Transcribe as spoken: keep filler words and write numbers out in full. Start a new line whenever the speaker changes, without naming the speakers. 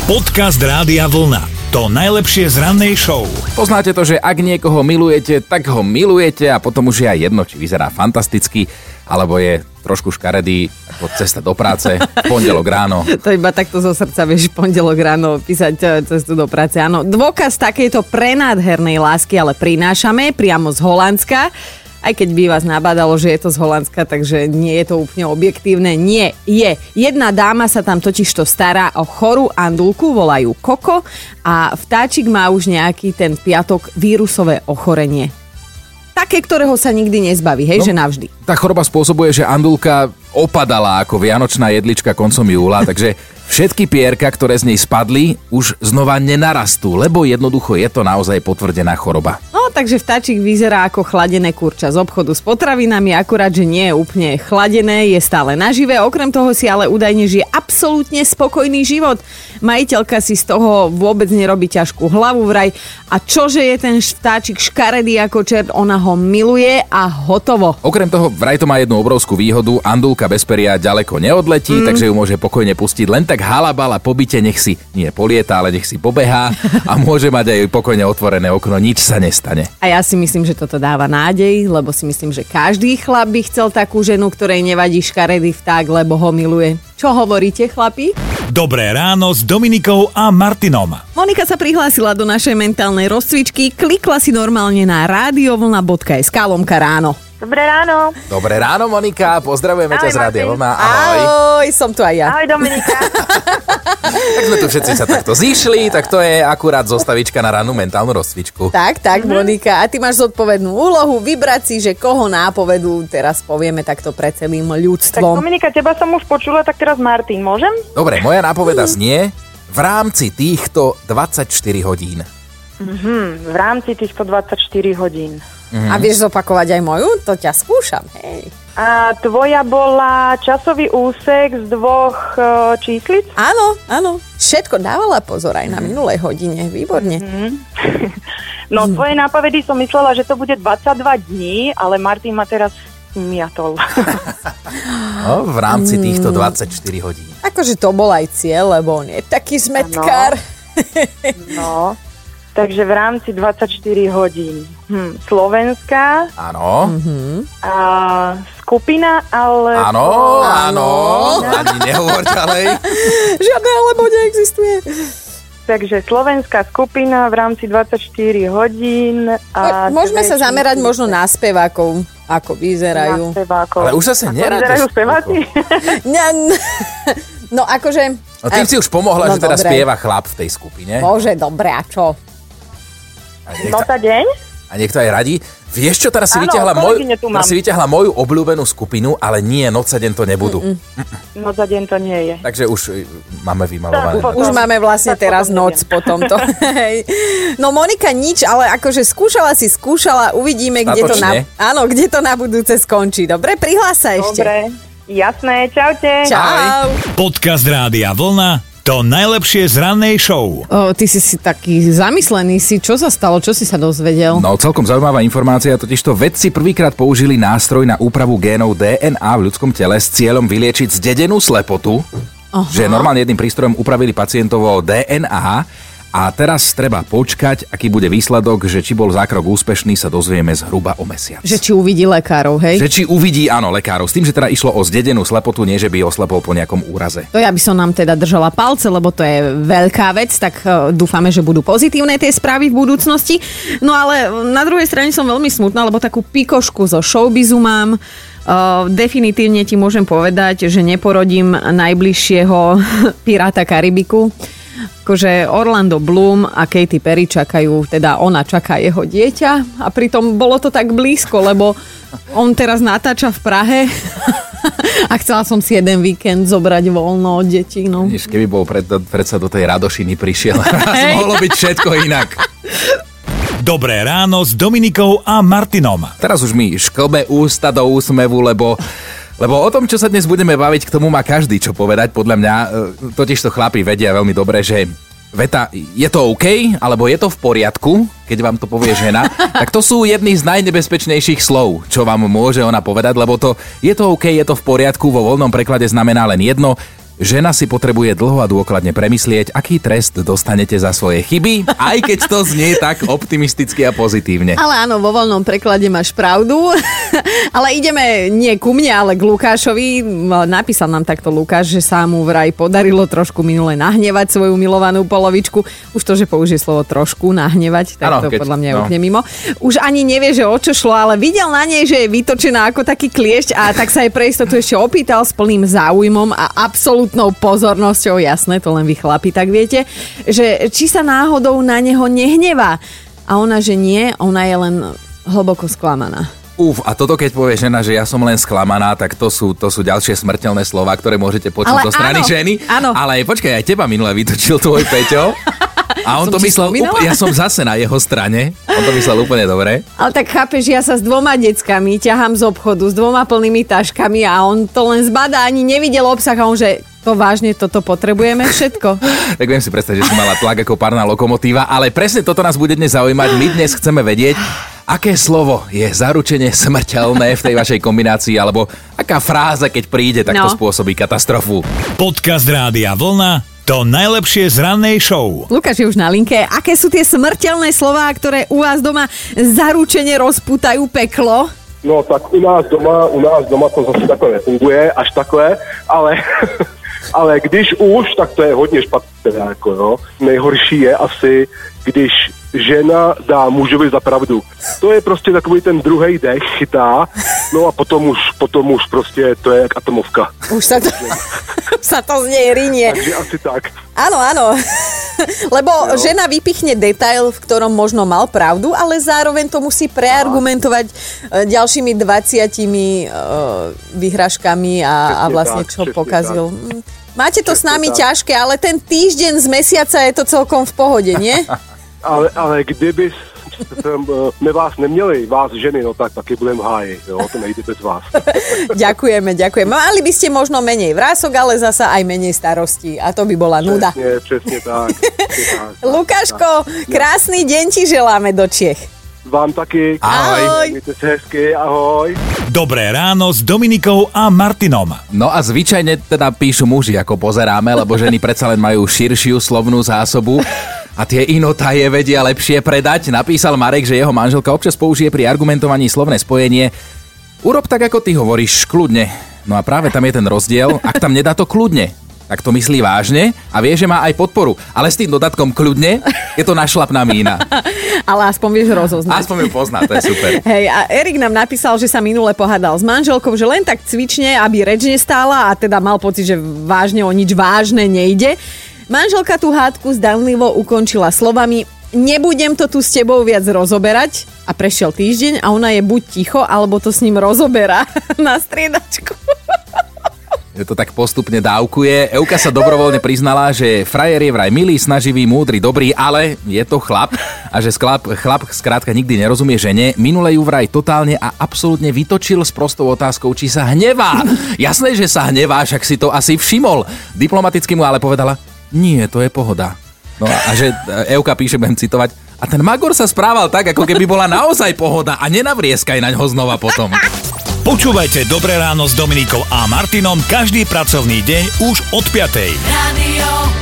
Podcast Rádia Vlna. To najlepšie z rannej show.
Poznáte to, že ak niekoho milujete, tak ho milujete a potom už je aj jedno, či vyzerá fantasticky, alebo je trošku škaredý ako cesta do práce, pondelok ráno.
To iba takto zo srdca vieš pondelok ráno písať cestu do práce. Áno, dôkaz takejto prenádhernej lásky ale prinášame priamo z Holandska. Aj keď by vás nabádalo, že je to z Holandska, takže nie je to úplne objektívne. Nie, je. Jedna dáma sa tam totižto stará o chorú andulku, volajú Koko a vtáčik má už nejaký ten piatok vírusové ochorenie. Také, ktorého sa nikdy nezbaví, hej, no, že navždy.
Tá choroba spôsobuje, že andulka opadala ako vianočná jedlička koncom júla, takže všetky pierka, ktoré z nej spadli, už znova nenarastú, lebo jednoducho je to naozaj potvrdená choroba.
No, takže vtáčik vyzerá ako chladené kurča z obchodu s potravinami, akurát, že nie je úplne chladené, je stále naživé. Okrem toho si ale údajne žije absolútne spokojný život. Majiteľka si z toho vôbec nerobí ťažkú hlavu vraj. A čože je ten vtáčik škaredý ako čert, ona ho miluje a hotovo.
Okrem toho vraj to má jednu obrovskú výhodu, andulka bez peria ďaleko neodletí, mm. takže ju môže pokojne pustiť len tak halabala po byte, nech si nie polieta, ale nech si pobehá a môže mať aj pokojne otvorené okno, nič sa nestane.
A ja si myslím, že toto dáva nádej, lebo si myslím, že každý chlap by chcel takú ženu, ktorej nevadí škaredý vták, lebo ho miluje. Čo hovoríte, chlapi?
Dobré ráno s Dominikou a Martinom.
Monika sa prihlásila do našej mentálnej rozcvičky, klikla si normálne na radiovlna bodka es ká lomka ráno.
Dobré ráno.
Dobré ráno, Monika, pozdravujeme
Ahoj,
ťa z Rádia Vlna.
Ahoj. Ahoj, som tu aj ja.
Ahoj, Dominika.
Tak sme tu všetci sa takto zišli, tak to je akurát zostavička na rannú mentálnu rozcvičku.
Tak, tak, mm-hmm. Monika, a ty máš zodpovednú úlohu vybrať si, že koho nápovedu teraz povieme takto pred celým ľudstvom.
Tak Dominika, teba som už počula, tak teraz Martin, môžem?
Dobre, moja nápoveda znie v rámci týchto dvadsaťštyri hodín.
Mhm, v rámci týchto dvadsaťštyri hodín.
Mm-hmm. A vieš zopakovať aj moju? To ťa skúšam, hej.
A tvoja bola časový úsek z dvoch uh, číslic?
Áno, áno. Všetko dávala pozor aj na minulej hodine. Výborne.
Mm-hmm. No, mm. tvoje nápovedy som myslela, že to bude dvadsaťdva dní, ale Martin ma teraz miatol.
No, v rámci týchto dvadsaťštyri hodín.
Akože to bol aj cieľ, lebo on je taký zmetkár.
No. Takže v rámci dvadsaťštyri hodín. Hm, Slovenská.
Áno.
Mm-hmm.
A skupina, ale...
Áno, áno. Ani nehovor ďalej.
Žiadne alebo neexistuje.
Takže slovenská skupina v rámci dvadsaťštyri hodín. A
môžeme sa zamerať možno na spevákov, ako vyzerajú.
Na spevákov.
Ale už zase nerátaš.
Vyzerajú speváci?
No akože...
No tým si už pomohla,
no,
že teda
dobre.
spieva chlap v tej skupine.
Bože, dobre, a čo?
A niekto,
Nota deň?
a niekto aj radí. Vieš čo, teraz si,
Áno,
vyťahla, moj,
kolegyne
teraz si vyťahla moju obľúbenú skupinu, ale nie, noc a deň to nebudú.
Mm-mm.
Nota deň to nie je.
Takže už máme vymalované.
Tak,
Už máme vlastne
tak
teraz
potom
noc po tomto. No Monika nič, ale akože skúšala si, skúšala, uvidíme, kde to, na, áno, kde to na budúce skončí. Dobre, prihlás sa ešte.
Dobre, jasné, čaute.
Čau.
Podcast Rádia Vlna. To najlepšie z rannej show.
O, ty si si taký zamyslený si. Čo sa stalo? Čo si sa dozvedel?
No, celkom zaujímavá informácia, totižto vedci prvýkrát použili nástroj na úpravu génov dé en á v ľudskom tele s cieľom vyliečiť zdedenú slepotu. Aha. Že normálne jedným prístrojom upravili pacientovo dé en á a teraz treba počkať, aký bude výsledok, že či bol zákrok úspešný, sa dozvieme zhruba o mesiac.
Že či uvidí lekárov, hej?
Že či uvidí, áno, lekárov. S tým, že teda išlo o zdedenú slepotu, nie že by oslepol po nejakom úraze.
To ja by som nám teda držala palce, lebo to je veľká vec, tak uh, dúfame, že budú pozitívne tie správy v budúcnosti. No ale na druhej strane som veľmi smutná, lebo takú pikošku zo showbizu mám. Uh, definitívne ti môžem povedať, že neporodím najbližšieho Piráta Karibiku. Akože Orlando Bloom a Katy Perry čakajú, teda ona čaká jeho dieťa a pritom bolo to tak blízko, lebo on teraz natáča v Prahe a chcela som si jeden víkend zobrať voľno od detí. No.
Keby bol pred, predsa do tej Radošiny prišiel, raz mohlo byť všetko inak.
Dobré ráno s Dominikou a Martinom.
Teraz už mi šklbe ústa do úsmevu, lebo... Lebo o tom, čo sa dnes budeme baviť, k tomu má každý čo povedať. Podľa mňa, totižto chlapi vedia veľmi dobre, že veta je to OK, alebo je to v poriadku, keď vám to povie žena, tak to sú jedny z najnebezpečnejších slov, čo vám môže ona povedať, lebo to je to OK, je to v poriadku, vo voľnom preklade znamená len jedno, žena si potrebuje dlho a dôkladne premyslieť, aký trest dostanete za svoje chyby, aj keď to znie tak optimisticky a pozitívne.
Ale áno, vo voľnom preklade máš pravdu. Ale ideme nie ku mne, ale k Lukášovi. Napísal nám takto Lukáš, že sa mu vraj podarilo trošku minule nahnevať svoju milovanú polovičku. Už to, že použije slovo trošku nahnevať, tak ano, to keď, podľa mňa je no. úplne mimo. Už ani nevie, že o čo šlo, ale videl na nej, že je vytočená ako taký kliešť a tak sa aj pre istotu ešte opýtal s plným záujmom a absolútnou pozornosťou, jasné, to len vy chlapi, tak viete, že či sa náhodou na neho nehnevá. A ona, že nie, ona je len hlboko sklamaná.
Uf, a toto keď povie žena, že ja som len sklamaná, tak to sú, to sú ďalšie smrteľné slová, ktoré môžete počuť ale zo strany áno, ženy. Áno. Ale počkaj, aj teba minule vytočil tvoj Peťo. A on to myslel, úpl- ja som zase na jeho strane. On to myslel úplne dobre.
Ale tak chápeš, ja sa s dvoma deckami ťahám z obchodu, s dvoma plnými taškami a on to len zbadá, ani nevidel obsah a on, že to vážne, toto potrebujeme všetko.
Tak viem si predstaviť, že si mala tlak ako párna lokomotíva, ale presne toto nás bude dnes zaujímať. My dnes chceme vedieť, aké slovo je zaručene smrteľné v tej vašej kombinácii, alebo aká fráza, keď príde, tak to no. spôsobí katastrofu.
Podcast Rádia Vlna, to najlepšie z rannej show.
Lukáš je už na linke. Aké sú tie smrteľné slová, ktoré u vás doma zaručene rozpútajú peklo?
No tak u nás doma, u nás doma to zase takhle nefunguje, až takhle, ale, ale když už, tak to je hodně špatné, jako jo. Nejhorší je asi, když žena dá mužovi za pravdu. To je prostě takový ten druhej dech chytá, no a potom už, potom už prostě to je jak atomovka.
Už sa to, sa to z nej rinie.
Takže asi tak.
Áno, áno. Lebo no. žena vypichne detail, v ktorom možno mal pravdu, ale zároveň to musí preargumentovať ďalšími dvaciatimi uh, vyhražkami a, a vlastne čo pokazil. Tak. Máte to s nami tak. ťažké, ale ten týždeň z mesiaca je to celkom v pohode, nie?
ale, ale kdyby my vás neměli, vás ženy, no tak taky budem v háji, jo, to nejde bez vás.
Ďakujeme, ďakujeme. Mali by ste možno menej vrások, ale zasa aj menej starostí a to by bola nuda.
Presne, presne tak. tak
Lukáško, tak. krásny deň ti želáme do Čiech.
Vám taky.
Ahoj.
Mějte se hezky, ahoj.
Dobré ráno s Dominikou a Martinom.
No a zvyčajne teda píšu muži, ako pozeráme, lebo ženy predsa len majú širšiu slovnú zásobu a tie inotaje vedia lepšie predať. Napísal Marek, že jeho manželka občas použije pri argumentovaní slovné spojenie urob tak, ako ty hovoríš, kľudne. No a práve tam je ten rozdiel, ak tam nedá to kľudne, tak to myslí vážne a vie, že má aj podporu. Ale s tým dodatkom kľudne je to našlapná mína.
Ale aspoň vieš rozoznať.
Aspoň ju pozná, to je super.
Hej, a Erik nám napísal, že sa minule pohádal s manželkou, že len tak cvične, aby reč nestála a teda mal pocit, že vážne o nič vážne nejde. Manželka tú hádku zdanlivo ukončila slovami nebudem to tu s tebou viac rozoberať a prešiel týždeň a ona je buď ticho, alebo to s ním rozoberá na striedačku.
Že to tak postupne dávkuje. Euka sa dobrovoľne priznala, že frajer je vraj milý, snaživý, múdry, dobrý, ale je to chlap a že chlap, chlap skrátka nikdy nerozumie žene. Minule ju vraj totálne a absolútne vytočil s prostou otázkou, či sa hnevá. Jasné, že sa hnevá, však si to asi všimol. Diplomaticky mu ale povedala, nie, to je pohoda. No a že Euka píše, budem citovať, a ten Magor sa správal tak, ako keby bola naozaj pohoda a nenavrieskaj na ňo znova potom.
Počúvajte Dobré ráno s Dominikou a Martinom každý pracovný deň už od piatej. Radio